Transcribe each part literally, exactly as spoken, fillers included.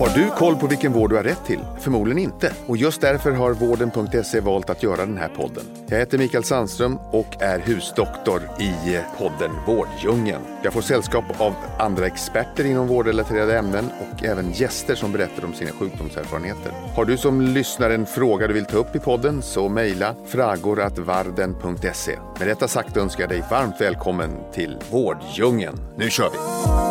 Har du koll på vilken vård du har rätt till? Förmodligen inte. Och just därför har vården punkt se valt att göra den här podden. Jag heter Mikael Sandström och är husdoktor i podden Vårdjungeln. Jag får sällskap av andra experter inom vårdrelaterade ämnen och även gäster som berättar om sina sjukdomserfarenheter. Har du som lyssnar en fråga du vill ta upp i podden så mejla fragor at varden punkt se. Med detta sagt önskar jag dig varmt välkommen till Vårdjungeln. Nu kör vi!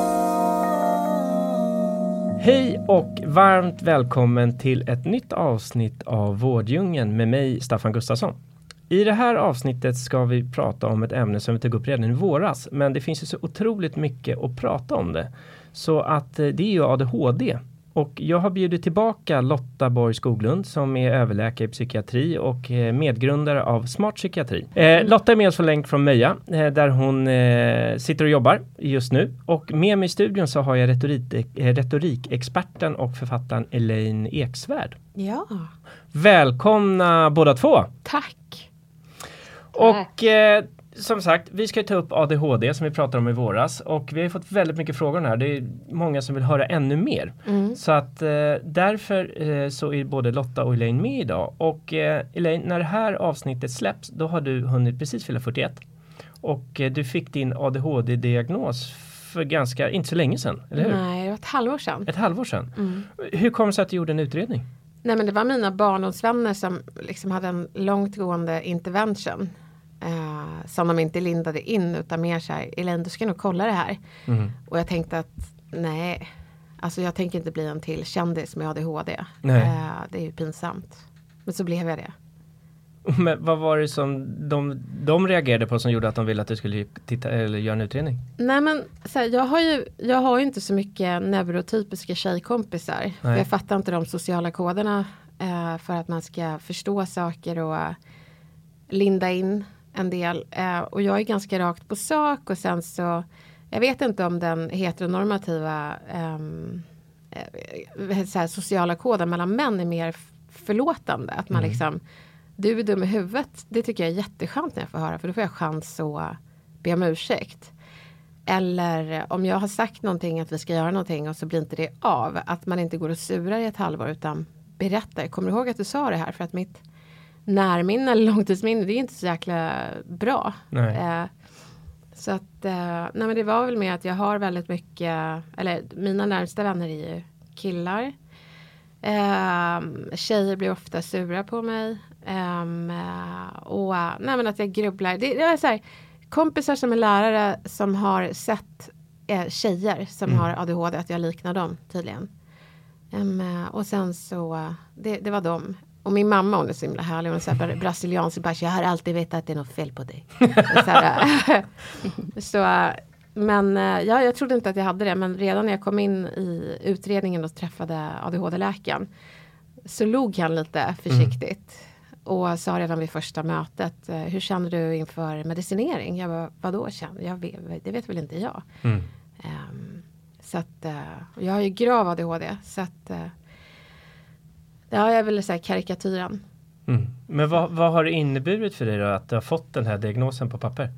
Hej och varmt välkommen till ett nytt avsnitt av Vårdjungeln med mig, Staffan Gustafsson. I det här avsnittet ska vi prata om ett ämne som vi tog upp redan i våras, men det finns ju så otroligt mycket att prata om det. Så att det är ju A D H D. Och jag har bjudit tillbaka Lotta Borg Skoglund som är överläkare i psykiatri och medgrundare av Smart Psykiatri. Eh, Lotta är med oss för länk från Möja eh, där hon eh, sitter och jobbar just nu. Och med mig i studion så har jag retorik, eh, retorikexperten och författaren Elaine Eksvärd. Ja. Välkomna båda två. Tack. Och eh, som sagt, vi ska ta upp A D H D som vi pratade om i våras. Och vi har fått väldigt mycket frågor här. Det är många som vill höra ännu mer. Mm. Så att eh, därför eh, så är både Lotta och Elaine med idag. Och eh, Elaine, när det här avsnittet släpps, då har du hunnit precis fylla fyrtioett. Och eh, du fick din A D H D-diagnos för ganska, inte så länge sedan, eller hur? Nej, det var ett halvår sedan. Ett halvår sedan. Mm. Hur kom det sig att du gjorde en utredning? Nej, men det var mina barndomsvänner som liksom hade en långtgående intervention. Uh, som de inte lindade in utan mer så här, Elaine, du ska nog kolla det här. Mm. Och jag tänkte att nej, alltså jag tänker inte bli en till kändis med A D H D. Uh, det är ju pinsamt. Men så blev jag det. Men vad var det som de, de reagerade på som gjorde att de ville att du skulle titta eller göra en utredning? Nej, men så här, jag har ju jag har ju inte så mycket neurotypiska tjejkompisar. För jag fattar inte de sociala koderna uh, för att man ska förstå saker och uh, linda in en del. Eh, och jag är ganska rakt på sak. Och sen så, jag vet inte om den heteronormativa ehm, eh, så här, sociala koden mellan män är mer förlåtande. Att man mm. liksom, du är dum i huvudet. Det tycker jag är jätteskönt när jag får höra. För då får jag chans att be om ursäkt. Eller om jag har sagt någonting att vi ska göra någonting och så blir inte det av. Att man inte går och surar i ett halvår utan berättar. Kommer du ihåg att du sa det här? För att mitt närminne eller långtidsminne, det är inte så jäkla bra. Eh, så att, eh, nej men det var väl med att jag har väldigt mycket, eller mina närmsta vänner är ju killar. Eh, tjejer blir ofta sura på mig. Eh, och nej men att jag grubblar. Det, det är så här, kompisar som är lärare som har sett eh, tjejer som mm. har A D H D, att jag liknar dem tydligen. Eh, och sen så, det, det var dem. Och min mamma, hon är så himla härlig. Hon är så här brasiliansk. Bara, jag har alltid vetat att det är något fel på dig. så, här, så, men ja, jag trodde inte att jag hade det. Men redan när jag kom in i utredningen och träffade A D H D-läkaren. Så log han lite försiktigt. Mm. Och sa redan vid första mötet. Hur känner du inför medicinering? Jag bara, vadå känner jag? Vet, det vet väl inte jag. Mm. Um, så att, uh, jag har ju grav A D H D. Så att... Uh, Ja, jag vill säga karikatyren. Mm. Men vad, vad har det inneburit för dig då att du har fått den här diagnosen på papper?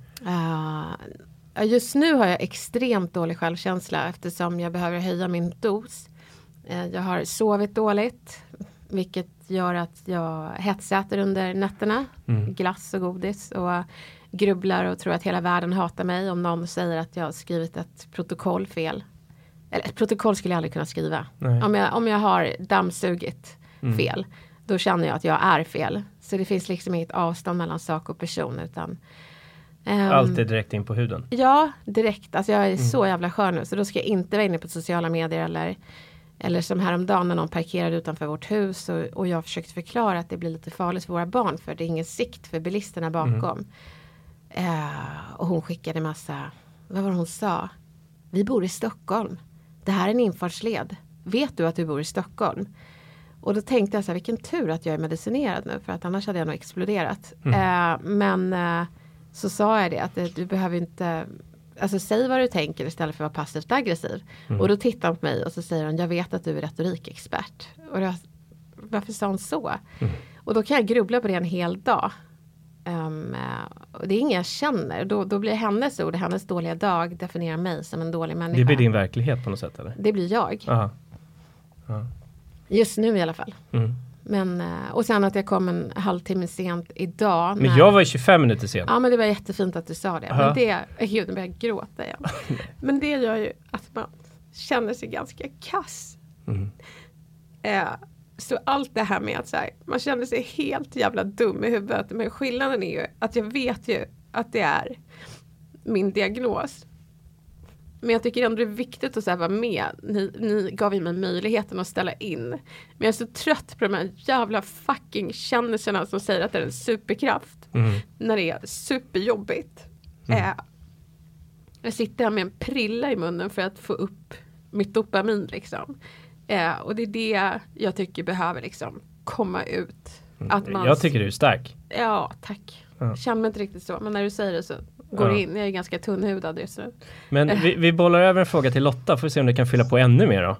Uh, just nu har jag extremt dålig självkänsla eftersom jag behöver höja min dos. Uh, jag har sovit dåligt, vilket gör att jag hetsäter under nätterna. Mm. Glass och godis och grubblar och tror att hela världen hatar mig om någon säger att jag har skrivit ett protokoll fel. Eller ett protokoll skulle jag aldrig kunna skriva. Om jag, om jag har dammsugit Mm. fel, då känner jag att jag är fel. Så det finns liksom inget avstånd mellan sak och person utan um, allt är direkt in på huden. Ja, direkt. Alltså jag är mm. så jävla skön nu. Så då ska jag inte vara inne på sociala medier eller, eller som häromdagen när någon parkerade utanför vårt hus och, och jag försökte förklara att det blir lite farligt för våra barn för det är ingen sikt för bilisterna bakom. Mm. Uh, och hon skickade massa, vad var det hon sa? Vi bor i Stockholm. Det här är en infartsled. Vet du att du bor i Stockholm? Och då tänkte jag så här, vilken tur att jag är medicinerad nu. För att annars hade jag nog exploderat. Mm. Eh, men eh, så sa jag det, att du behöver inte... Alltså säg vad du tänker istället för att vara passivt aggressiv. Mm. Och då tittar hon på mig och så säger hon, jag vet att du är retorikexpert. Och då, varför sa hon så? Mm. Och då kan jag grubbla på det en hel dag. Um, och det är ingen jag känner. Då, då blir hennes ord, hennes dåliga dag definierar mig som en dålig människa. Det blir din verklighet på något sätt eller? Det blir jag. Aha. Ja. Just nu i alla fall. Mm. Men, och sen att jag kom en halvtimme sent idag. Men när... jag var ju tjugofem minuter sen. Ja, men det var jättefint att du sa det. Uh-huh. Men det, gud, nu börjar jag gråta igen. Men det gör ju att man känner sig ganska kass. Mm. Eh, så allt det här med att så här, man känner sig helt jävla dum i huvudet. Men skillnaden är ju att jag vet ju att det är min diagnos. Men jag tycker ändå det är viktigt att så här vara med. Ni, ni gav ju mig möjligheten att ställa in. Men jag är så trött på de här jävla fucking känsloserna som säger att det är en superkraft. Mm. När det är superjobbigt. Mm. Eh, jag sitter här med en prilla i munnen för att få upp mitt dopamin liksom. Eh, och det är det jag tycker behöver liksom komma ut. Att man, jag tycker du är stark. Ja, tack. Ja. Känner mig inte riktigt så. Men när du säger det så går det in. Jag är ganska tunnhudad just nu. Men vi, vi bollar över en fråga till Lotta. Får vi se om du kan fylla på ännu mer då.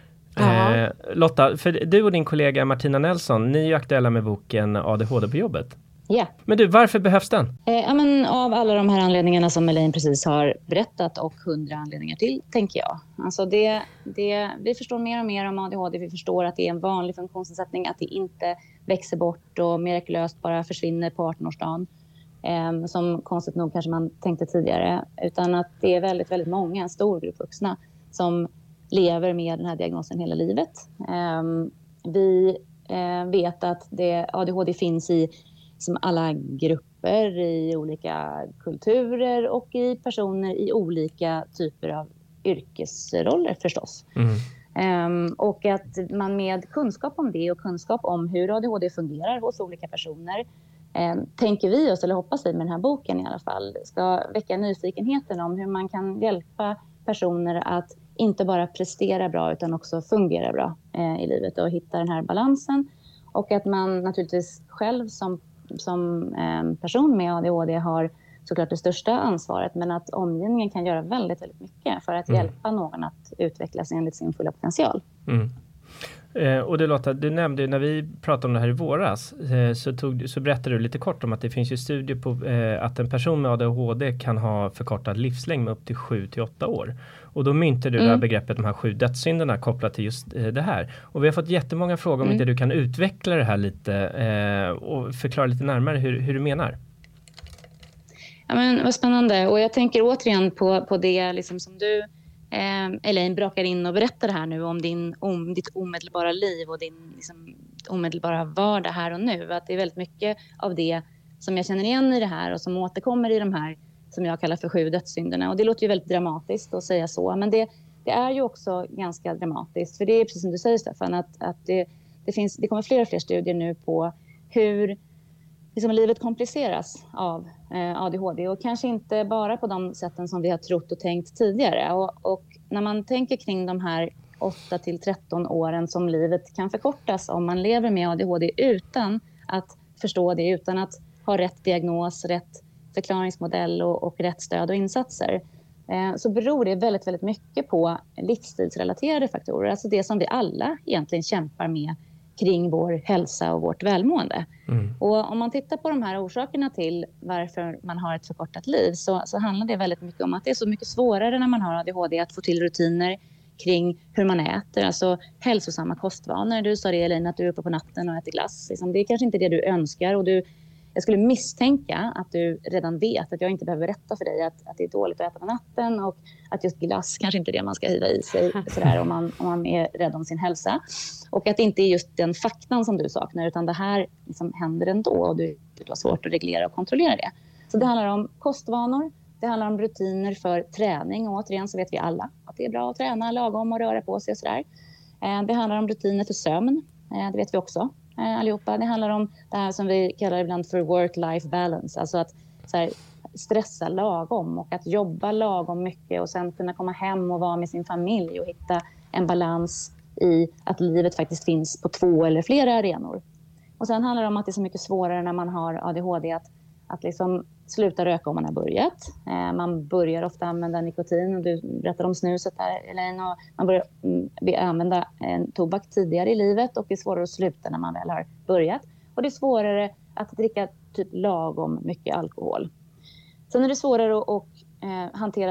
Eh, Lotta, för du och din kollega Martina Nelson, ni är ju aktuella med boken A D H D på jobbet. Ja. Men du, varför behövs den? Eh, ja, men av alla de här anledningarna som Elaine precis har berättat och hundra anledningar till, tänker jag. Alltså det, det, vi förstår mer och mer om A D H D. Vi förstår att det är en vanlig funktionsnedsättning, att det inte växer bort och mirakulöst bara försvinner på arton-årsdagen. Eh, som konstigt nog kanske man tänkte tidigare. Utan att det är väldigt, väldigt många, en stor grupp vuxna som lever med den här diagnosen hela livet. Eh, vi eh, vet att det, A D H D finns i som alla grupper, i olika kulturer och i personer i olika typer av yrkesroller förstås. Mm. Um, och att man med kunskap om det och kunskap om hur A D H D fungerar hos olika personer um, tänker vi oss, eller hoppas vi med den här boken i alla fall, ska väcka nyfikenheten om hur man kan hjälpa personer att inte bara prestera bra utan också fungera bra uh, i livet och hitta den här balansen. Och att man naturligtvis själv som som eh, person med A D H D har såklart det största ansvaret, men att omgivningen kan göra väldigt, väldigt mycket för att mm. hjälpa någon att utvecklas enligt sin fulla potential. Mm. Eh, och det Lotta, du nämnde när vi pratade om det här i våras eh, så, tog, så berättade du lite kort om att det finns ju studier på eh, att en person med A D H D kan ha förkortad livslängd med upp till sju till åtta år. Och då mynte du mm. det här begreppet, de här sju dödssynderna kopplat till just eh, det här. Och vi har fått jättemånga frågor om mm. inte du kan utveckla det här lite eh, och förklara lite närmare hur, hur du menar. Ja, men vad spännande. Och jag tänker återigen på, på det liksom som du eh, Elaine brakar in och berättar här nu om, din, om ditt omedelbara liv och din liksom, omedelbara vardag här och nu. Att det är väldigt mycket av det som jag känner igen i det här och som återkommer i de här som jag kallar för sju dödssynderna. Och det låter ju väldigt dramatiskt att säga så. Men det, det är ju också ganska dramatiskt. För det är precis som du säger, Stefan, att, att det, det, finns, det kommer fler och fler studier nu på hur liksom, livet kompliceras av eh, A D H D. Och kanske inte bara på de sätten som vi har trott och tänkt tidigare. Och, och när man tänker kring de här åtta till tretton åren som livet kan förkortas om man lever med A D H D utan att förstå det, utan att ha rätt diagnos, rätt förklaringsmodell och, och rätt stöd och insatser, eh, så beror det väldigt, väldigt mycket på livsstilsrelaterade faktorer. Alltså det som vi alla egentligen kämpar med kring vår hälsa och vårt välmående. Mm. Och om man tittar på de här orsakerna till varför man har ett förkortat liv så, så handlar det väldigt mycket om att det är så mycket svårare när man har A D H D att få till rutiner kring hur man äter, alltså hälsosamma kostvanor. Du sa det, Elaine, att du är uppe på natten och äter glass. Det är kanske inte det du önskar och du Jag skulle misstänka att du redan vet att jag inte behöver berätta för dig att, att det är dåligt att äta på natten och att just glass kanske inte är det man ska hiva i sig sådär, om, man, om man är rädd om sin hälsa. Och att det inte är just den faktan som du saknar utan det här liksom händer ändå och du, du har svårt att reglera och kontrollera det. Så det handlar om kostvanor, det handlar om rutiner för träning och återigen så vet vi alla att det är bra att träna lagom och röra på sig och sådär. Det handlar om rutiner för sömn, det vet vi också. Allihopa. Det handlar om det här som vi kallar ibland för work-life balance. Alltså att så här, stressa lagom och att jobba lagom mycket och sen kunna komma hem och vara med sin familj och hitta en balans i att livet faktiskt finns på två eller flera arenor. Och sen handlar det om att det är så mycket svårare när man har A D H D att, att liksom sluta röka om man har börjat. Eh, man börjar ofta använda nikotin och du berättade om snuset där, Elaine, och man börjar mm, använda eh, tobak tidigare i livet och det är svårare att sluta när man väl har börjat. Och det är svårare att dricka typ lagom mycket alkohol. Sen är det svårare att, att eh, hantera sina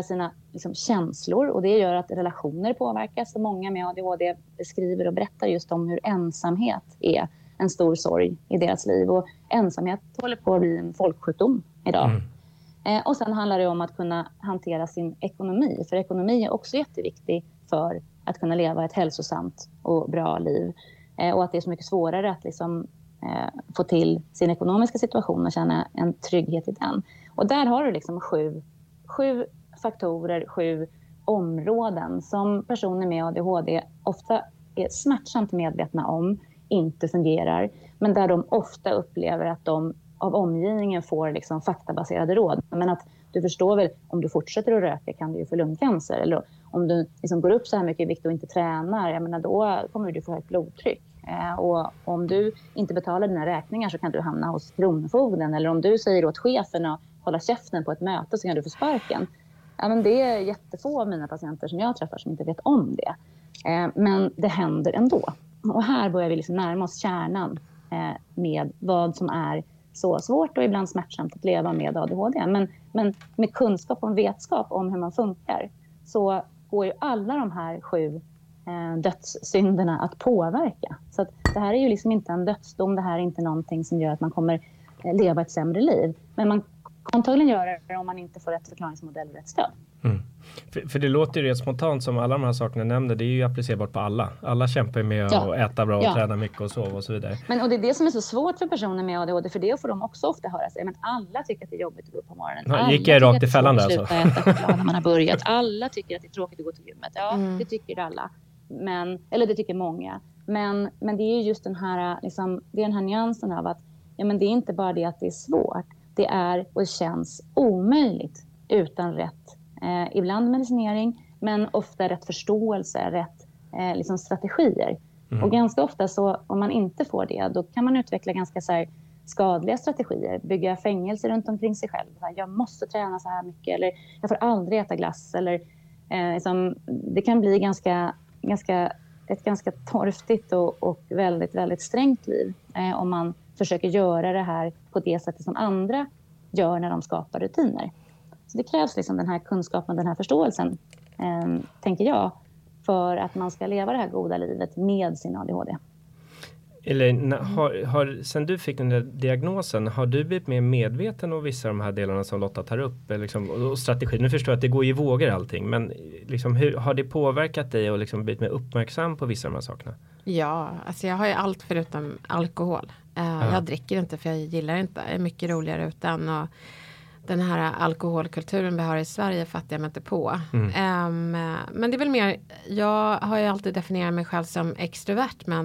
liksom känslor, och det gör att relationer påverkas. Och många med A D H D beskriver och berättar just om hur ensamhet är en stor sorg i deras liv. Och ensamhet håller på att bli en folksjukdom idag. Mm. Eh, och sen handlar det om att kunna hantera sin ekonomi. För ekonomi är också jätteviktig för att kunna leva ett hälsosamt och bra liv. Eh, och att det är så mycket svårare att liksom, eh, få till sin ekonomiska situation och känna en trygghet i den. Och där har du liksom sju, sju faktorer, sju områden som personer med A D H D ofta är smärtsamt medvetna om inte fungerar. Men där de ofta upplever att de av omgivningen får liksom faktabaserade råd. Men att du förstår väl, om du fortsätter att röka kan du ju få lungcancer. Eller om du liksom går upp så här mycket i vikt och inte tränar, jag menar, då kommer du få ett blodtryck. Eh, och om du inte betalar dina räkningar så kan du hamna hos kronofogden. Eller om du säger åt chefen att hålla käften på ett möte så kan du få sparken. Ja, men det är jättefå av mina patienter som jag träffar som inte vet om det. Eh, men det händer ändå. Och här börjar vi liksom närma oss kärnan eh, med vad som är så svårt och ibland smärtsamt att leva med A D H D. Men, men med kunskap och vetskap om hur man funkar så går ju alla de här sju eh, dödssynderna att påverka. Så att det här är ju liksom inte en dödsdom, det här är inte någonting som gör att man kommer eh, leva ett sämre liv. Men man kan antagligen göra det om man inte får rätt förklaringsmodell och rätt stöd. Mm. För, för det låter ju rätt spontant som alla de här sakerna nämnde. Det är ju applicerbart på alla. Alla kämpar med ja. att äta bra och ja. träna mycket och sova och så vidare. Men och det är det som är så svårt för personer med A D H D. För det får de också ofta höra sig. Men alla tycker att det är jobbigt att gå upp på morgonen. Ja, gick jag rakt i fällan där alltså? Alla äta choklad när man har börjat. Alla tycker att det är tråkigt att gå till gymmet. Ja, mm. det tycker alla. Men, eller det tycker många. Men, men det är ju just den här, liksom, det är den här nyansen av att ja, men det är inte bara det att det är svårt. Det är och känns omöjligt utan rätt. Eh, ibland medicinering, men ofta rätt förståelse, rätt eh, liksom strategier. Mm. Och ganska ofta så, om man inte får det, då kan man utveckla ganska så här, skadliga strategier. Bygga fängelse runt omkring sig själv. Så här, jag måste träna så här mycket, eller jag får aldrig äta glass. Eller, eh, liksom, det kan bli ganska, ganska, ett ganska torftigt och, och väldigt, väldigt strängt liv. Eh, om man försöker göra det här på det sättet som andra gör när de skapar rutiner. Så det krävs liksom den här kunskapen, den här förståelsen, eh, tänker jag, för att man ska leva det här goda livet med sin A D H D. Elaine, har, har, sen du fick den där diagnosen, har du blivit mer medveten om vissa av de här delarna som Lotta tar upp? Liksom, och strategi, nu förstår jag att det går i vågor allting, men liksom, hur, har det påverkat dig och liksom blivit mer uppmärksam på vissa av de här sakerna? Ja, alltså jag har ju allt förutom alkohol. Uh, ja. Jag dricker inte för jag gillar inte. Det är mycket roligare utan. Och den här alkoholkulturen vi har i Sverige fattar jag mig inte på. Mm. Um, men det är väl mer, jag har ju alltid definierat mig själv som extrovert, men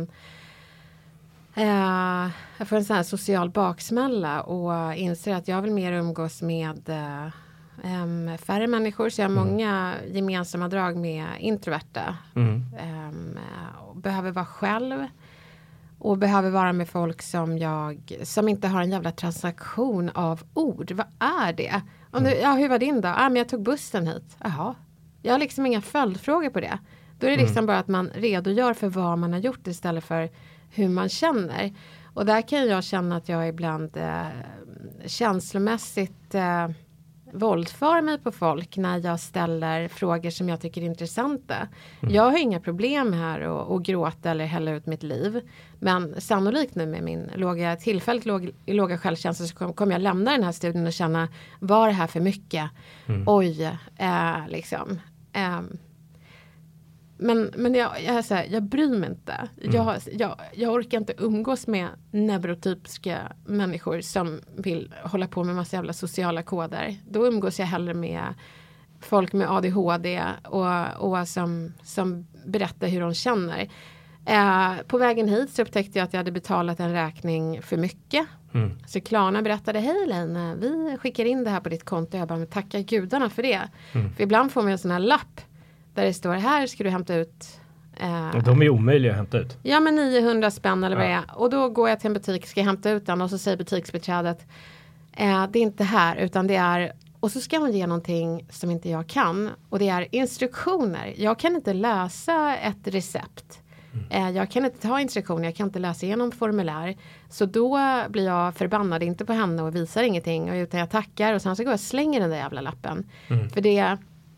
uh, jag får en sån här social baksmälla och inser att jag vill mer umgås med uh, um, färre människor. Så jag har mm. många gemensamma drag med introverta. Mm. Um, och behöver vara själv. Och behöver vara med folk som jag som inte har en jävla transaktion av ord. Vad är det? Om du, ja, hur var din dag? Ah, men jag tog bussen hit. Jaha. Jag har liksom inga följdfrågor på det. Då är det liksom mm. bara att man redogör för vad man har gjort istället för hur man känner. Och där kan jag känna att jag ibland eh, känslomässigt eh, våldför mig på folk när jag ställer frågor som jag tycker är intressanta. Mm. Jag har inga problem här att, att gråta eller hälla ut mitt liv. Men sannolikt nu med min låga, tillfälligt låg, låga självkänsla så kommer kom jag lämna den här studien och känna, var det här för mycket? Mm. Oj, eh, liksom. Eh, men men jag, jag, så här, jag bryr mig inte. Mm. Jag, jag, jag orkar inte umgås med neurotypiska människor som vill hålla på med massa jävla sociala koder. Då umgås jag hellre med folk med A D H D och, och som, som berättar hur de känner. Eh, på vägen hit så upptäckte jag att jag hade betalat en räkning för mycket. Mm. Så Klarna berättade, hej Elaine, vi skickar in det här på ditt konto. Jag bara, men tacka gudarna för det. Mm. För ibland får man en sån här lapp där det står, här ska du hämta ut. Eh, de är omöjliga att hämta ut. Ja, men niohundra spänn eller vad det är. Och då går jag till en butik, ska jag hämta ut den. Och så säger butiksbiträdet, eh, det är inte här utan det är. Och så ska hon ge någonting som inte jag kan. Och det är instruktioner. Jag kan inte läsa ett recept. Mm. Eh, jag kan inte ta instruktioner, jag kan inte läsa igenom formulär. Så då blir jag förbannad, inte på henne och visar ingenting. Utan jag tackar och sen så går jag och slänger den där jävla lappen. Mm. För det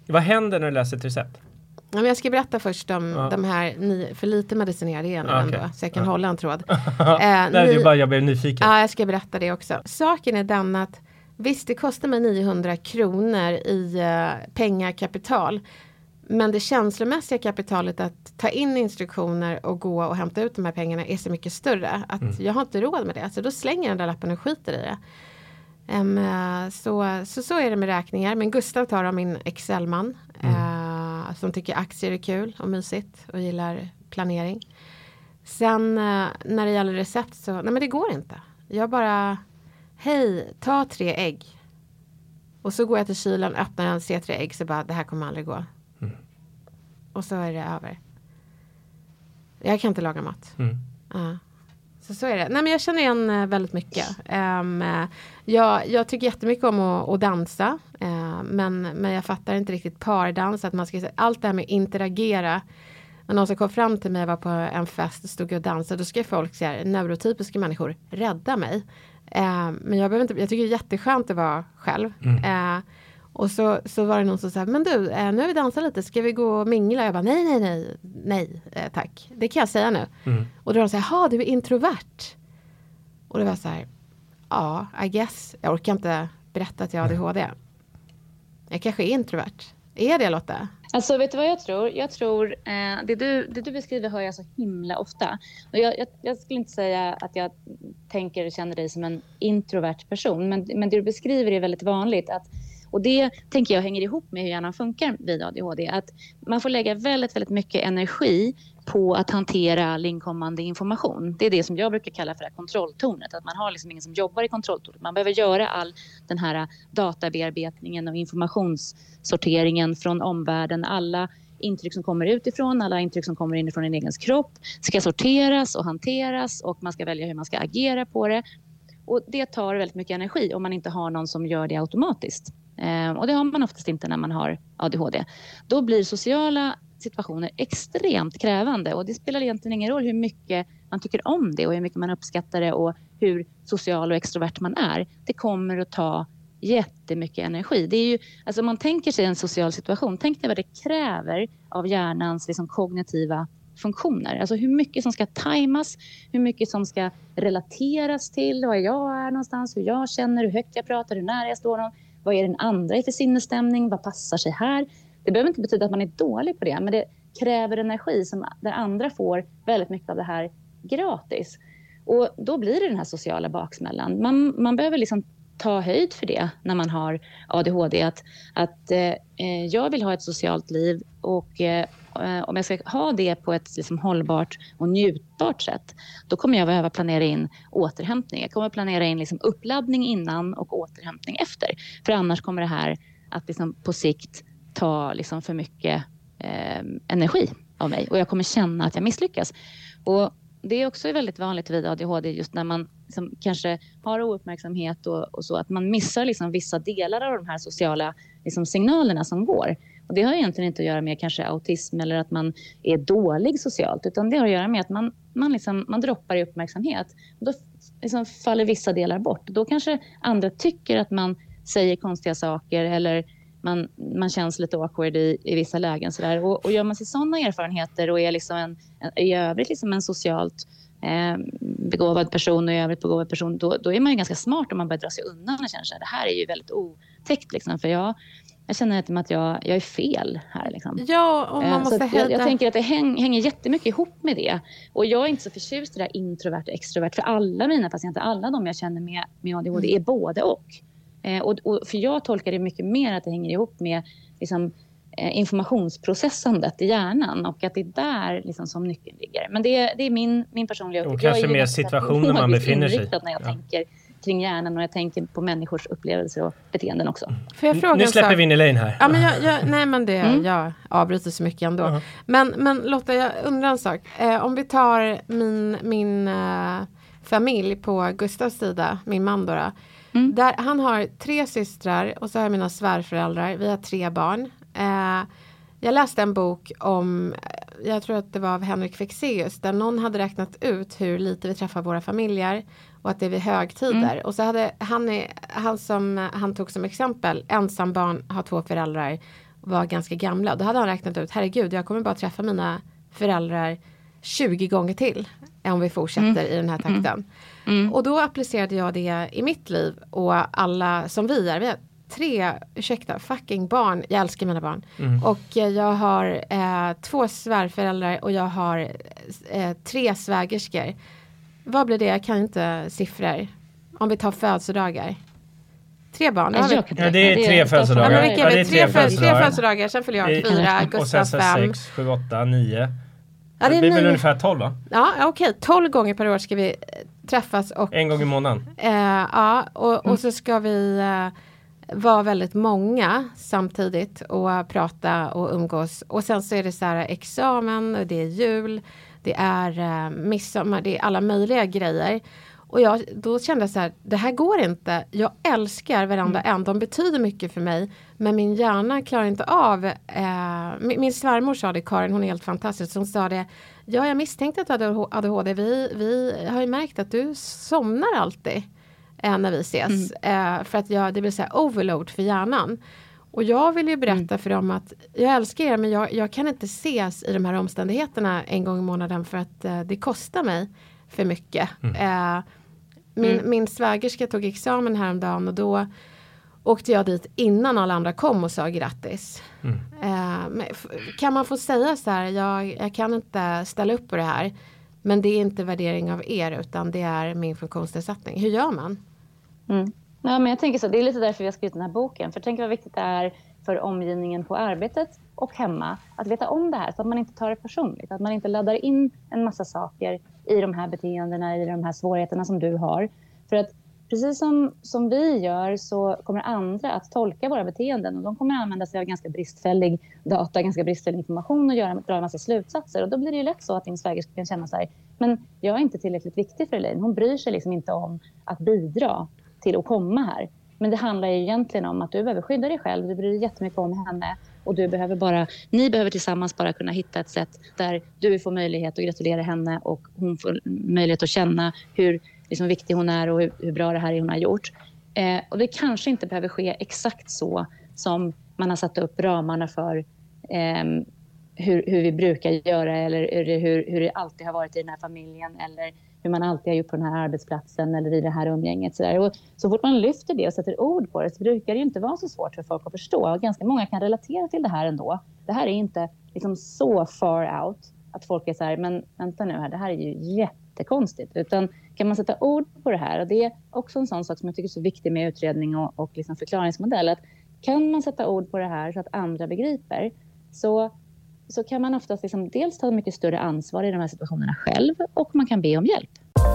Vad händer när du läser ett recept? Ja, men jag ska berätta först om ja. de här, ni, för lite medicinerade igen ah, ändå, okay. så jag kan ja. hålla en tråd. eh, Nej, ni, det är bara jag blev nyfiken. Ja, jag ska berätta det också. Saken är den att visst, det kostar mig niohundra kronor i uh, pengakapital. Men det känslomässiga kapitalet att ta in instruktioner och gå och hämta ut de här pengarna är så mycket större. Att mm. jag har inte råd med det. Så då slänger jag den där lappen och skiter i det. Um, så, så så är det med räkningar. Men Gustav tar av min Excel-man. Mm. Uh, som tycker aktier är kul och mysigt. Och gillar planering. Sen uh, när det gäller recept så, nej men det går inte. Jag bara, hej, ta tre ägg. Och så går jag till kylen, öppnar den, ser tre ägg. Så bara, det här kommer aldrig gå. Mm. Och så är det över. Jag kan inte laga mat. Mm. Uh. Så så är det. Nej, men jag känner igen uh, väldigt mycket. Um, uh, jag, jag tycker jättemycket om att, att dansa. Uh, men, men jag fattar inte riktigt pardans. Att man ska, allt det här med interagera. När någon som kom fram till mig var på en fest och stod och dansade. Då ska folk säga, neurotypiska människor, rädda mig. Uh, men jag, behöver inte, jag tycker det är jätteskönt att vara själv. Mm. Uh, Och så, så var det någon som sa, men du, eh, nu har vi dansat lite, ska vi gå och mingla? Jag bara, nej, nej, nej, nej, eh, tack. Det kan jag säga nu. Mm. Och då var de så här, ja, du är introvert. Och det var så här, ja, I guess. Jag orkar inte berätta att jag har A D H D. Jag kanske är introvert. Är det, Lotta? Alltså, vet du vad jag tror? Jag tror, eh, det, du, det du beskriver hör jag så himla ofta. Och jag, jag, jag skulle inte säga att jag tänker och känner dig som en introvert person. Men, men det du beskriver är väldigt vanligt, att och det tänker jag hänger ihop med hur hjärnan funkar vid A D H D. Att man får lägga väldigt, väldigt mycket energi på att hantera all inkommande information. Det är det som jag brukar kalla för det kontrolltornet. Att man har liksom ingen som jobbar i kontrolltornet. Man behöver göra all den här databearbetningen och informationssorteringen från omvärlden. Alla intryck som kommer utifrån, alla intryck som kommer inifrån en egen kropp ska sorteras och hanteras. Och man ska välja hur man ska agera på det. Och det tar väldigt mycket energi om man inte har någon som gör det automatiskt. Eh, och det har man oftast inte när man har A D H D. Då blir sociala situationer extremt krävande. Och det spelar egentligen ingen roll hur mycket man tycker om det och hur mycket man uppskattar det och hur social och extrovert man är. Det kommer att ta jättemycket energi. Det är ju, alltså om man tänker sig en social situation, tänk dig vad det kräver av hjärnans liksom kognitiva funktioner. Alltså hur mycket som ska tajmas, hur mycket som ska relateras till vad jag är någonstans, hur jag känner, hur högt jag pratar, hur nära jag står någon. Vad är den andra i för sinnesstämning? Vad passar sig här? Det behöver inte betyda att man är dålig på det. Men det kräver energi som där andra får väldigt mycket av det här gratis. Och då blir det den här sociala baksmällan. Man, man behöver liksom ta höjd för det när man har A D H D. Att, att eh, jag vill ha ett socialt liv och eh, om jag ska ha det på ett liksom hållbart och njutbart sätt, då kommer jag behöva planera in återhämtning. Jag kommer planera in liksom uppladdning innan och återhämtning efter. För annars kommer det här att liksom på sikt ta liksom för mycket eh, energi av mig. Och jag kommer känna att jag misslyckas. Och det är också väldigt vanligt vid A D H D just när man liksom kanske har ouppmärksamhet och, och så. Att man missar liksom vissa delar av de här sociala liksom signalerna som går. Och det har egentligen inte att göra med kanske autism eller att man är dålig socialt. Utan det har att göra med att man, man, liksom, man droppar i uppmärksamhet. Och då liksom faller vissa delar bort. Då kanske andra tycker att man säger konstiga saker eller man, man känns lite awkward i, i vissa lägen. Så där. Och, och gör man sig sådana erfarenheter och är liksom en, en, i övrigt liksom en socialt eh, begåvad person och i övrigt begåvad person, då, då är man ju ganska smart om man börjar dra sig undan och känner att det här är ju väldigt otäckt. Liksom, för jag, jag känner att jag, jag är fel här. Liksom. Ja, och man måste eh, jag, jag tänker att det häng, hänger jättemycket ihop med det. Och jag är inte så förtjust i det där introvert och extrovert. För alla mina patienter, alla de jag känner med, med A D H D mm. är både och. Eh, och, och. För jag tolkar det mycket mer att det hänger ihop med liksom, eh, informationsprocessandet i hjärnan. Och att det är där liksom, som nyckeln ligger. Men det är, det är min, min personliga uppgift. Och kanske mer situationen man befinner sig i. När jag ja. tänker kring hjärnan och jag tänker på människors upplevelser och beteenden också. Får jag fråga nu släpper vi in Elaine här. Ja, men jag, jag, nej men det, mm. jag avbryter så mycket ändå. Uh-huh. Men, men Lotta, jag undrar en sak. Eh, om vi tar min, min eh, familj på Gustavs sida, min man då. då mm. där, han har tre systrar och så har jag mina svärföräldrar. Vi har tre barn. Eh, jag läste en bok om, jag tror att det var av Henrik Fexeus, där någon hade räknat ut hur lite vi träffar våra familjer och att det är vid högtider. Mm. Och så hade han, han som han tog som exempel, ensam barn har två föräldrar. var ganska gamla. Då hade han räknat ut, herregud, jag kommer bara träffa mina föräldrar tjugo gånger till om vi fortsätter mm. i den här takten. Mm. Och då applicerade jag det i mitt liv och alla som vi är. Vi har tre, ursäkta, fucking barn. Jag älskar mina barn. Mm. Och jag har eh, två svärföräldrar och jag har eh, tre svägerskor. Vad blir det? Jag kan inte siffror. Om vi tar födelsedagar. Tre barn. Ja, ja, det är tre födelsedagar. Ja, ja, det är tre, tre födelsedagar. Sen fyller jag fyra, Gustav fem. sex, sju, åtta, nio. Ja, det, det blir väl ungefär tolv, va? Ja, okej. tolv gånger per år ska vi träffas. Och, en gång i månaden. Eh, ja, och, och mm. så ska vi eh, vara väldigt många samtidigt och prata och umgås. Och sen så är det så här examen, och det är jul, det är eh, midsommar, det är alla möjliga grejer. Och jag, då kände jag så här, det här går inte. Jag älskar varandra mm. en. De betyder mycket för mig. Men min hjärna klarar inte av. Eh, min, min svärmor sa det, Karin, hon är helt fantastisk. Hon sa det, ja, jag misstänkte att du hade A D H D. Vi, vi har ju märkt att du somnar alltid eh, när vi ses. Mm. Eh, för att jag, det vill säga overload för hjärnan. Och jag vill ju berätta mm. för dem att jag älskar er, men jag, jag kan inte ses i de här omständigheterna en gång i månaden. För att eh, det kostar mig för mycket. Mm. Eh, Min, mm. min svägerska tog examen häromdagen och då åkte jag dit innan alla andra kom och sa grattis. Mm. Eh, kan man få säga så här, jag, jag kan inte ställa upp på det här, men det är inte värdering av er utan det är min funktionsnedsättning. Hur gör man? Mm. Ja, men jag tänker så, det är lite därför vi har skrivit den här boken. För tänk vad viktigt det är för omgivningen på arbetet och hemma att veta om det här så att man inte tar det personligt. Att man inte laddar in en massa saker i de här beteendena, i de här svårigheterna som du har. För att precis som, som vi gör så kommer andra att tolka våra beteenden och de kommer använda sig av ganska bristfällig data, ganska bristfällig information och göra, dra en massa slutsatser. Och då blir det ju lätt så att din svägerska kan känna så här, men jag är inte tillräckligt viktig för Elaine. Hon bryr sig liksom inte om att bidra till att komma här. Men det handlar ju egentligen om att du behöver skydda dig själv. Du bryr dig jättemycket om henne. Och du behöver bara, ni behöver tillsammans bara kunna hitta ett sätt där du får möjlighet att gratulera henne. Och hon får möjlighet att känna hur liksom, viktig hon är och hur, hur bra det här är hon har gjort. Eh, och det kanske inte behöver ske exakt så som man har satt upp ramarna för eh, hur, hur vi brukar göra. Eller hur, hur det alltid har varit i den här familjen. Eller hur man alltid har gjort på den här arbetsplatsen eller i det här umgänget. Så, där. Och så fort man lyfter det och sätter ord på det så brukar det ju inte vara så svårt för folk att förstå. Ganska många kan relatera till det här ändå. Det här är inte liksom så far out att folk är så här, men vänta nu här, det här är ju jättekonstigt. Utan kan man sätta ord på det här, och det är också en sån sak som jag tycker är så viktig med utredning och, och liksom förklaringsmodell, att kan man sätta ord på det här så att andra begriper, så så kan man oftast liksom dels ta mycket större ansvar i de här situationerna själv och man kan be om hjälp.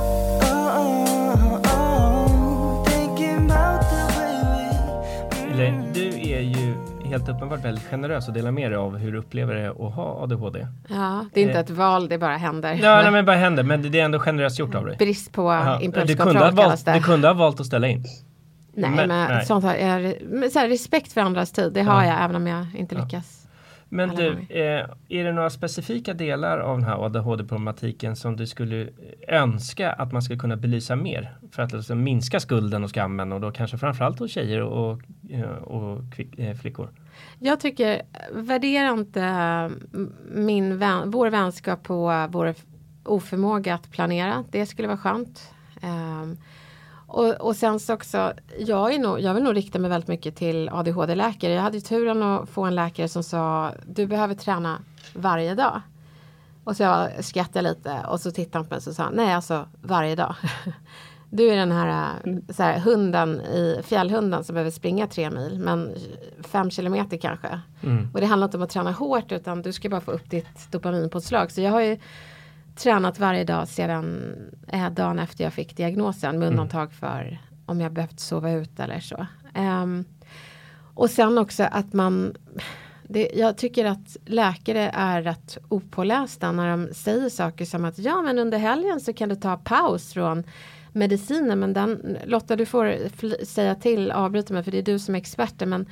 Elaine, du är ju helt uppenbart väldigt generös och delar med dig av hur du upplever det att ha A D H D. Ja, det är inte ett val, det bara händer. Ja, nej, men bara händer, men det är ändå generöst gjort av dig. Brist på ja, impulskontroll kallas det. Du kunde ha valt att ställa in. Nej, men, men nej. Sånt här, är, så här, respekt för andras tid, det har ja. jag även om jag inte ja. lyckas. Men du, eh, är det några specifika delar av den här A D H D-problematiken som du skulle önska att man skulle kunna belysa mer för att alltså, minska skulden och skammen och då kanske framförallt hos tjejer och, och, och kvick, flickor? Jag tycker, värdera inte min vän, vår vänskap på vår oförmåga att planera. Det skulle vara skönt. Um, Och, och sen så också, jag, är nog, jag vill nog rikta mig väldigt mycket till A D H D-läkare. Jag hade ju turen att få en läkare som sa, du behöver träna varje dag. Och så jag skrattade lite och så tittade han på mig och sa, nej alltså varje dag. Du är den här, så här hunden, i, fjällhunden som behöver springa tre mil, men fem kilometer kanske. Mm. Och det handlar inte om att träna hårt utan du ska bara få upp ditt dopaminpåslag. Så jag har ju tränat varje dag sedan eh, dagen efter jag fick diagnosen med undantag för om jag behövt sova ut eller så. Um, och sen också att man, det, jag tycker att läkare är rätt opålästa när de säger saker som att ja men under helgen så kan du ta paus från medicinen, men den, Lotta du får fl- säga till, avbryta mig för det är du som är experten, men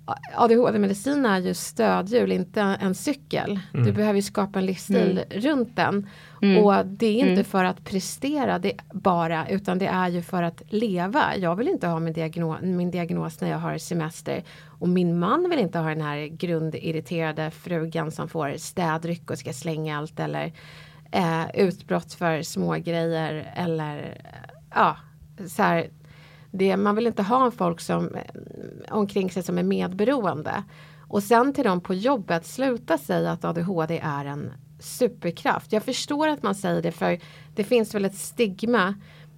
A D H D-medicin är ju stödhjul, inte en cykel. Mm. Du behöver ju skapa en livsstil mm. runt den. Mm. Och det är inte mm. för att prestera det bara, utan det är ju för att leva. Jag vill inte ha min, diagnos, min diagnos när jag har semester. Och min man vill inte ha den här grundirriterade frugan som får städryck och ska slänga allt. Eller eh, utbrott för små grejer. Eller ja, så här... Det, man vill inte ha en folk som omkring sig som är medberoende. Och sen till dem på jobbet, sluta säga att A D H D är en superkraft. Jag förstår att man säger det, för det finns väl ett stigma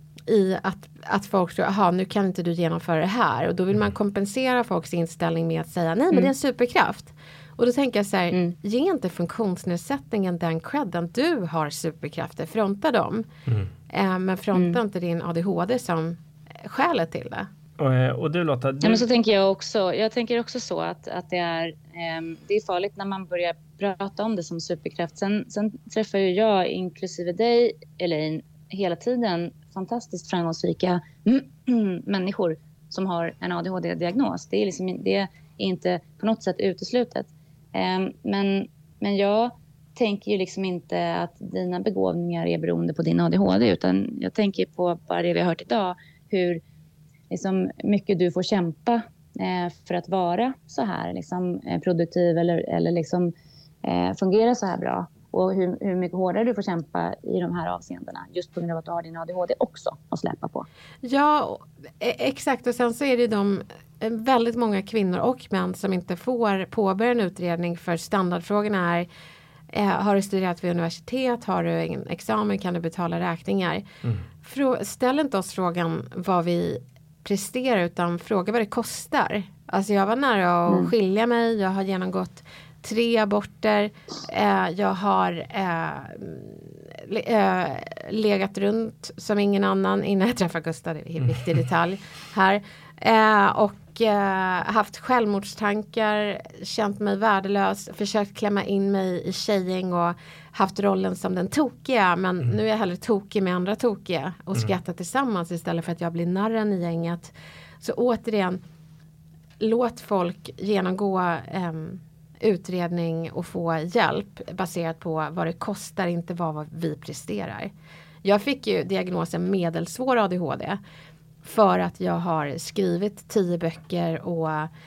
i att, att folk tror, aha, nu kan inte du genomföra det här. Och då vill man kompensera folks inställning med att säga, nej men mm. det är en superkraft. Och då tänker jag så här, mm. ge inte funktionsnedsättningen den credden. Du har superkrafter, fronta dem. Mm. Eh, men fronta mm. inte din A D H D som skälet till det. Och, och du Lotta? Du... Ja, men så tänker jag också. Jag tänker också så att, att det, är, eh, det är farligt när man börjar prata om det som superkraft. Sen, sen träffar ju jag, inklusive dig, Elaine, hela tiden fantastiskt framgångsrika människor som har en A D H D-diagnos. Det är, liksom, det är inte på något sätt uteslutet. Eh, men, men jag tänker ju liksom inte att dina begåvningar är beroende på din A D H D, utan jag tänker på bara det vi har hört idag, hur liksom mycket du får kämpa eh, för att vara så här liksom, eh, produktiv eller, eller liksom, eh, fungera så här bra. Och hur, hur mycket hårdare du får kämpa i de här avseendena. Just på grund av att du har din A D H D också att släppa på. Ja, exakt. Och sen så är det de väldigt många kvinnor och män som inte får påbörja en utredning, för standardfrågorna är: Eh, har du studerat vid universitet? Har du en examen? Kan du betala räkningar? Mm. Frå- ställ inte oss frågan vad vi presterar, utan fråga vad det kostar. Alltså jag var nära att mm. skilja mig. Jag har genomgått tre aborter. Eh, jag har eh, le- eh, legat runt som ingen annan innan jag träffade Gustav. Det är en viktig detalj här. Eh, och Uh, haft självmordstankar, känt mig värdelös, försökt klämma in mig i tjejgäng och haft rollen som den tokiga, men mm. nu är jag hellre tokig med andra tokiga och mm. skrattar tillsammans istället för att jag blir narren i gänget. Så återigen, låt folk genomgå um, utredning och få hjälp baserat på vad det kostar, inte vad vi presterar. Jag fick ju diagnosen medelsvår A D H D för att jag har skrivit tio böcker och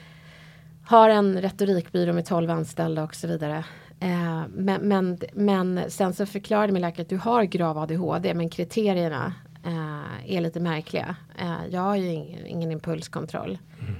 har en retorikbyrå med tolv anställda och så vidare. Eh, men, men, men sen så förklarade min läkare att du har grav A D H D, men kriterierna eh, är lite märkliga. Eh, jag har ju ingen, ingen impulskontroll.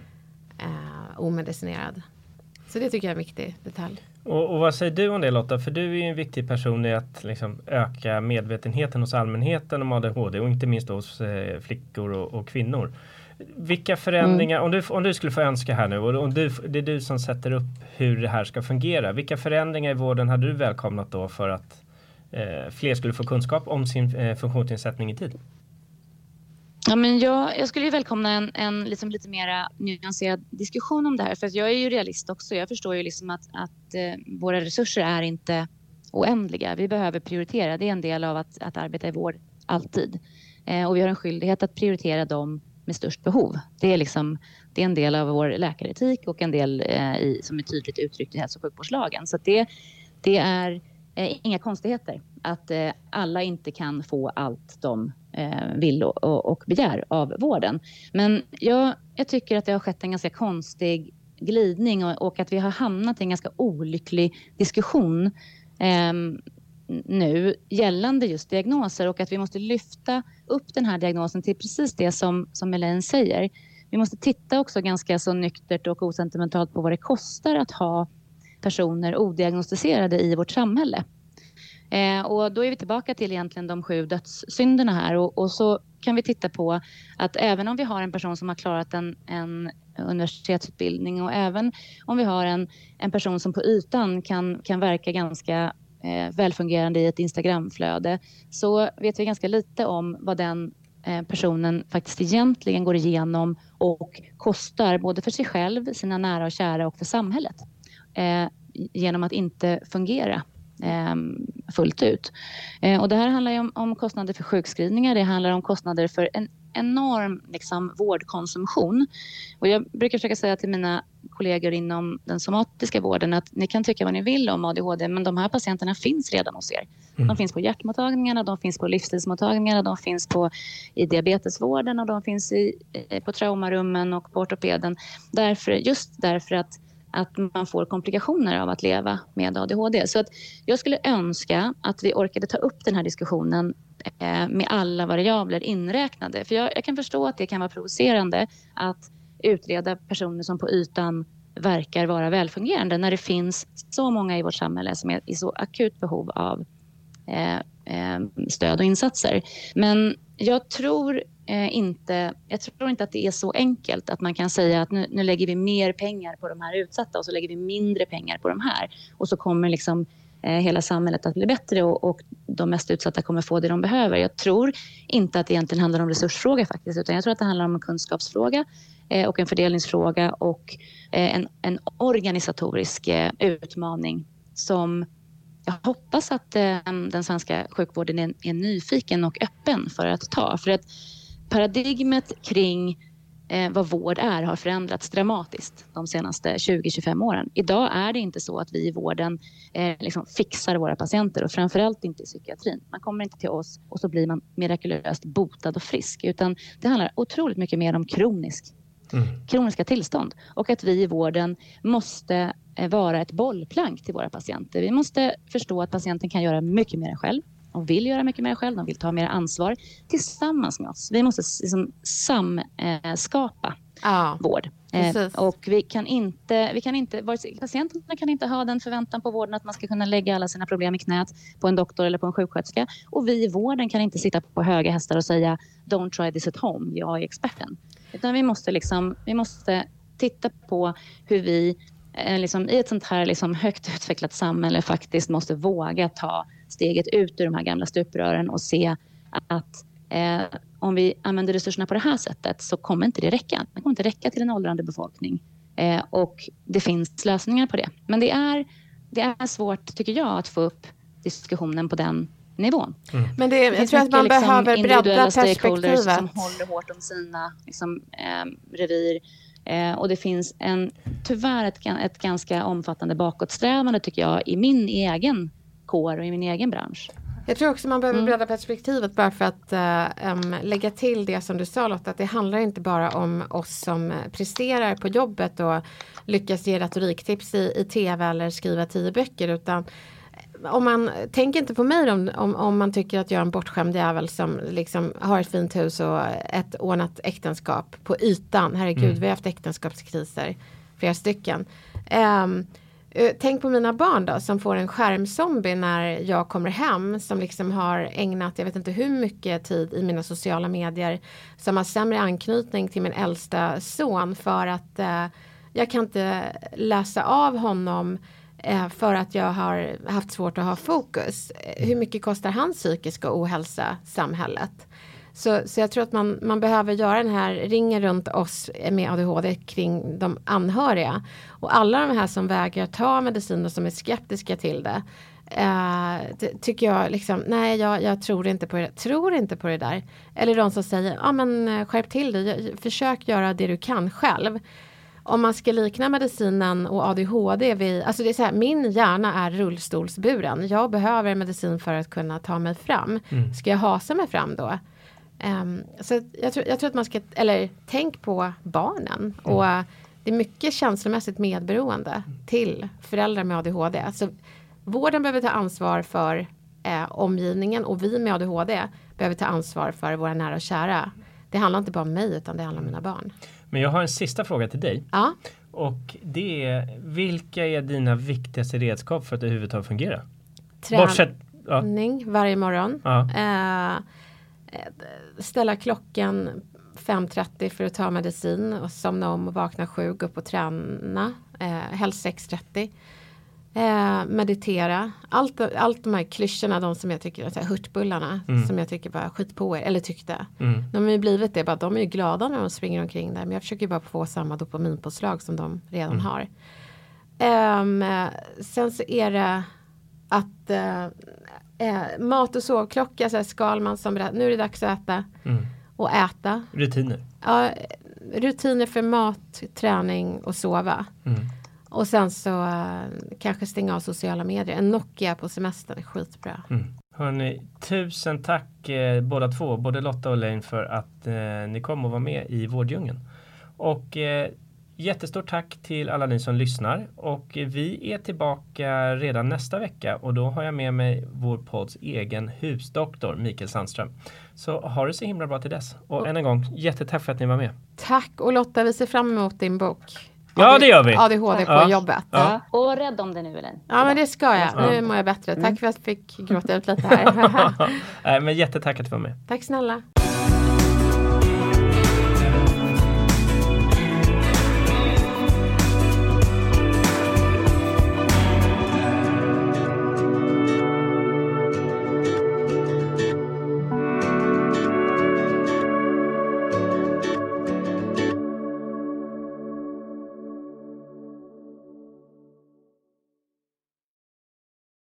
Eh, omedicinerad. Så det tycker jag är en viktig detalj. Och, och vad säger du om det Lotta? För du är ju en viktig person i att liksom öka medvetenheten hos allmänheten om A D H D och inte minst hos eh, flickor och, och kvinnor. Vilka förändringar, mm. om, du, om du skulle få önska här nu, och om du, det är du som sätter upp hur det här ska fungera. Vilka förändringar i vården hade du välkomnat då för att eh, fler skulle få kunskap om sin eh, funktionsnedsättning i tid? Ja, men jag, jag skulle ju välkomna en, en liksom lite mer nyanserad diskussion om det här. För att jag är ju realist också. Jag förstår ju liksom att, att eh, våra resurser är inte oändliga. Vi behöver prioritera. Det är en del av att, att arbeta i vård alltid. Eh, och vi har en skyldighet att prioritera dem med störst behov. Det är, liksom, det är en del av vår läkaretik och en del eh, i, som är tydligt uttryckt i hälso- och sjukvårdslagen. Så att det, det är eh, inga konstigheter att eh, alla inte kan få allt de vill och, och begär av vården. Men jag, jag tycker att det har skett en ganska konstig glidning och, och att vi har hamnat i en ganska olycklig diskussion eh, nu gällande just diagnoser, och att vi måste lyfta upp den här diagnosen till precis det som, som Elaine säger. Vi måste titta också ganska så nyktert och osentimentalt på vad det kostar att ha personer odiagnostiserade i vårt samhälle. Eh, och då är vi tillbaka till egentligen de sju dödssynderna här, och, och så kan vi titta på att även om vi har en person som har klarat en, en universitetsutbildning, och även om vi har en, en person som på ytan kan, kan verka ganska eh, välfungerande i ett Instagramflöde, så vet vi ganska lite om vad den eh, personen faktiskt egentligen går igenom och kostar både för sig själv, sina nära och kära och för samhället eh, genom att inte fungera fullt ut. Och det här handlar ju om, om kostnader för sjukskrivningar. Det handlar om kostnader för en enorm liksom, vårdkonsumtion. Och jag brukar försöka säga till mina kollegor inom den somatiska vården att ni kan tycka vad ni vill om A D H D, men de här patienterna finns redan hos er. Mm. De finns på hjärtmottagningarna, de finns på livsstilsmottagningarna, de finns på, i diabetesvården och de finns i, på traumarummen och på ortopeden. Därför, just därför att, att man får komplikationer av att leva med A D H D. Så att jag skulle önska att vi orkade ta upp den här diskussionen eh, med alla variabler inräknade. För jag, jag kan förstå att det kan vara provocerande att utreda personer som på ytan verkar vara välfungerande när det finns så många i vårt samhälle som är i så akut behov av eh, eh, stöd och insatser. Men jag tror, eh, inte, jag tror inte att det är så enkelt att man kan säga att nu, nu lägger vi mer pengar på de här utsatta och så lägger vi mindre pengar på de här. Och så kommer liksom eh, hela samhället att bli bättre och, och de mest utsatta kommer få det de behöver. Jag tror inte att det egentligen handlar om resursfråga faktiskt, utan jag tror att det handlar om en kunskapsfråga och en fördelningsfråga och en, en organisatorisk utmaning som jag hoppas att den svenska sjukvården är, är nyfiken och öppen för att ta. För att paradigmet kring eh, vad vård är har förändrats dramatiskt de senaste tjugo till tjugofem åren. Idag är det inte så att vi i vården eh, liksom fixar våra patienter och framförallt inte i psykiatrin. Man kommer inte till oss och så blir man mirakulöst botad och frisk, utan det handlar otroligt mycket mer om kronisk Mm. kroniska tillstånd och att vi i vården måste vara ett bollplank till våra patienter. Vi måste förstå att patienten kan göra mycket mer själv. De vill göra mycket mer själv, de vill ta mer ansvar tillsammans med oss. Vi måste liksom samskapa ja, vård. Eh, och vi kan inte, vi kan inte, patienterna kan inte ha den förväntan på vården att man ska kunna lägga alla sina problem i knät på en doktor eller på en sjuksköterska. Och vi i vården kan inte sitta på höga hästar och säga don't try this at home, jag är experten. Utan vi måste, liksom, vi måste titta på hur vi eh, liksom, i ett sånt här liksom, högt utvecklat samhälle faktiskt måste våga ta steget ut ur de här gamla stuprören och se att eh, om vi använder resurserna på det här sättet så kommer inte det räcka. Det kommer inte räcka till en åldrande befolkning. Eh, och det finns lösningar på det. Men det är, det är svårt, tycker jag, att få upp diskussionen på den nivån. Mm. Men det, jag tror att man liksom behöver bredda perspektivet. Som håller hårt om sina liksom, eh, revir. Eh, och det finns en, tyvärr ett, ett ganska omfattande bakåtsträvande, tycker jag, i min egen kår och i min egen bransch. Jag tror också man behöver mm. bredda perspektivet bara för att uh, um, lägga till det som du sa, Lotta, att det handlar inte bara om oss som presterar på jobbet och lyckas ge retoriktips i, i tv eller skriva tio böcker, utan om man tänker inte på mig om, om, om man tycker att jag är en bortskämd jävel som liksom har ett fint hus och ett ordnat äktenskap på ytan. Herregud, mm. vi har haft äktenskapskriser, flera stycken. Um, Tänk på mina barn då, som får en skärmzombie när jag kommer hem, som liksom har ägnat, jag vet inte hur mycket tid i mina sociala medier, som har sämre anknytning till min äldsta son för att eh, jag kan inte läsa av honom eh, för att jag har haft svårt att ha fokus. Hur mycket kostar hans psykiska ohälsa samhället? Så, så jag tror att man, man behöver göra den här ringen runt oss med A D H D kring de anhöriga. Och alla de här som vägrar ta medicin och som är skeptiska till det. Eh, det tycker jag liksom, nej jag, jag tror inte på det. Tror inte på det där. Eller de som säger, ja men skärp till dig. Försök göra det du kan själv. Om man ska likna medicinen och A D H D, vi, alltså det är så här, min hjärna är rullstolsburen. Jag behöver medicin för att kunna ta mig fram. Mm. Ska jag hasa mig fram då? Um, så jag tror, jag tror att man ska, eller tänk på barnen mm. och uh, det är mycket känslomässigt medberoende till föräldrar med A D H D. Alltså, vården behöver ta ansvar för eh, omgivningen och vi med A D H D behöver ta ansvar för våra nära och kära. Det handlar inte bara om mig utan det handlar om mina barn. Men jag har en sista fråga till dig. Ja. Och det är, vilka är dina viktigaste redskap för att det överhuvudtaget fungera? Träning Bortsett, ja. varje morgon. Ja. Eh, ställa klockan fem trettio för att ta medicin och somna om och vakna sju, gå upp och träna, eh, helst sex trettio. Eh, meditera. Allt, allt de här klyschorna, de som jag tycker, så här, hurtbullarna, mm. som jag tycker bara skit på er, eller tyckte. Mm. De har ju blivit det, bara, de är ju glada när de springer omkring där, men jag försöker bara få samma dopaminpåslag som de redan mm. har. Eh, sen så är det att eh, Eh, mat och sovklocka, så här, Skalman som berättar, nu är det dags att äta mm. och äta. Rutiner. Ja, rutiner för mat, träning och sova. Mm. Och sen så uh, kanske stänga av sociala medier. En Nokia på semestern är skitbra. Mm. Hörrni, tusen tack eh, båda två, både Lotta och Elaine, för att eh, ni kom och var med i Vårdjungeln. Och eh, jättestort tack till alla ni som lyssnar. Och vi är tillbaka redan nästa vecka. Och då har jag med mig vår podds egen husdoktor, Mikael Sandström. Så ha det så himla bra till dess. Och, och än en gång, jättetack för att ni var med. Tack, och Lotta, vi ser fram emot din bok. Ja, det gör vi. A D H D på ja. jobbet. Ja. Och rädd om det nu, Elaine. Ja, men det ska jag. Nu mår jag bättre. Tack för att jag fick gråta ut lite här. Nej, men jättetack att du var med. Tack snälla.